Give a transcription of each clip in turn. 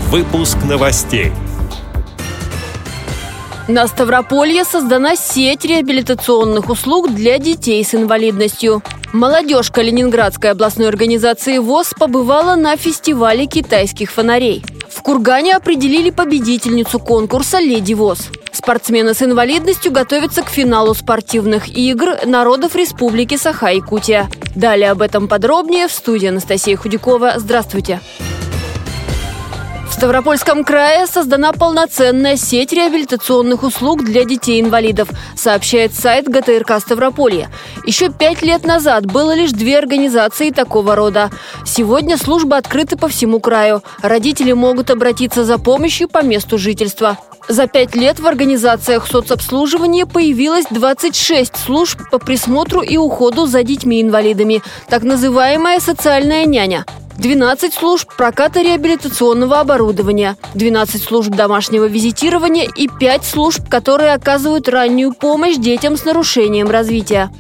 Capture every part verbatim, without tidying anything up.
Выпуск новостей. На Ставрополье создана сеть реабилитационных услуг для детей с инвалидностью. Молодежь Калининградской областной организации ВОС побывала на фестивале китайских фонарей. В Кургане определили победительницу конкурса «Леди ВОС». Спортсмены с инвалидностью готовятся к финалу спортивных игр народов Республики Саха-Якутия. Далее об этом подробнее в студии Анастасия Худякова. Здравствуйте! В Ставропольском крае создана полноценная сеть реабилитационных услуг для детей-инвалидов, сообщает сайт гэ тэ эр ка Ставрополья. Еще пять лет назад было лишь две организации такого рода. Сегодня службы открыты по всему краю. Родители могут обратиться за помощью по месту жительства. За пять лет в организациях соцобслуживания появилось двадцать шесть служб по присмотру и уходу за детьми-инвалидами, так называемая социальная няня. двенадцать служб проката реабилитационного оборудования, двенадцать служб домашнего визитирования и пять служб, которые оказывают раннюю помощь детям с нарушением развития.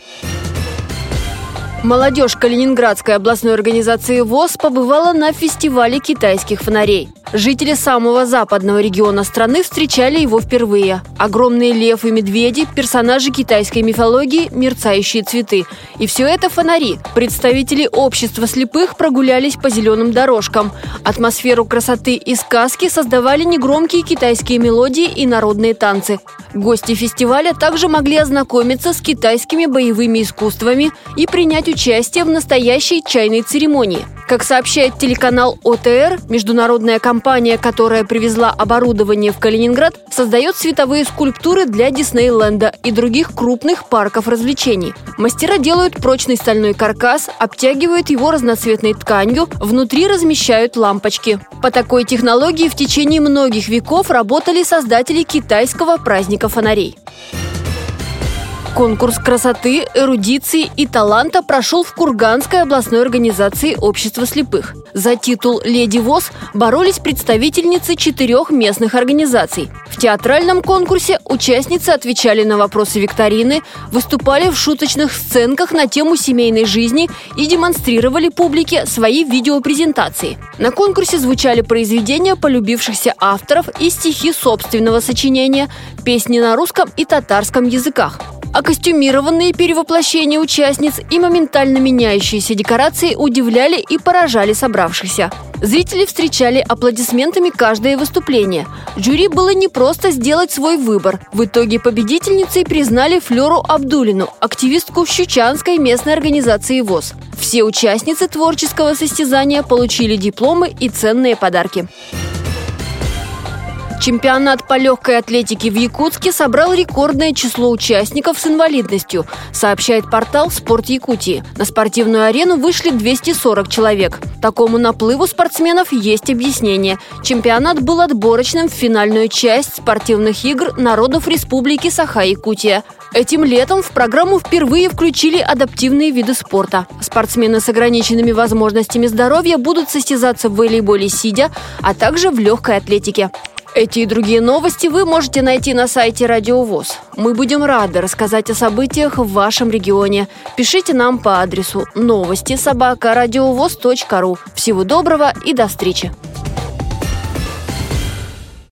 Молодежь Калининградской областной организации ВОС побывала на фестивале китайских фонарей. Жители самого западного региона страны встречали его впервые. Огромные лев и медведи, персонажи китайской мифологии, мерцающие цветы. И все это фонари. Представители общества слепых прогулялись по зеленым дорожкам. Атмосферу красоты и сказки создавали негромкие китайские мелодии и народные танцы. Гости фестиваля также могли ознакомиться с китайскими боевыми искусствами и принять участие в настоящей чайной церемонии. Как сообщает телеканал о тэ эр, международная компания, которая привезла оборудование в Калининград, создает световые скульптуры для Диснейленда и других крупных парков развлечений. Мастера делают прочный стальной каркас, обтягивают его разноцветной тканью, внутри размещают лампочки. По такой технологии в течение многих веков работали создатели китайского праздника фонарей. Конкурс красоты, эрудиции и таланта прошел в Курганской областной организации общества слепых. За титул «Леди ВОС» боролись представительницы четырех местных организаций. В театральном конкурсе участницы отвечали на вопросы викторины, выступали в шуточных сценках на тему семейной жизни и демонстрировали публике свои видеопрезентации. На конкурсе звучали произведения полюбившихся авторов и стихи собственного сочинения, песни на русском и татарском языках. А костюмированные перевоплощения участниц и моментально меняющиеся декорации удивляли и поражали собравшихся. Зрители встречали аплодисментами каждое выступление. Жюри было не просто сделать свой выбор. В итоге победительницей признали Флёру Абдуллину, активистку Щучанской местной организации ВОС. Все участницы творческого состязания получили дипломы и ценные подарки. Чемпионат по легкой атлетике в Якутске собрал рекордное число участников с инвалидностью, сообщает портал «Спорт Якутии». На спортивную арену вышли двести сорок человек. Такому наплыву спортсменов есть объяснение. Чемпионат был отборочным в финальную часть спортивных игр народов Республики Саха-Якутия. Этим летом в программу впервые включили адаптивные виды спорта. Спортсмены с ограниченными возможностями здоровья будут состязаться в волейболе сидя, а также в легкой атлетике. Эти и другие новости вы можете найти на сайте Радио ВОС. Мы будем рады рассказать о событиях в вашем регионе. Пишите нам по адресу новости собака радиовос точка ру. Всего доброго и до встречи!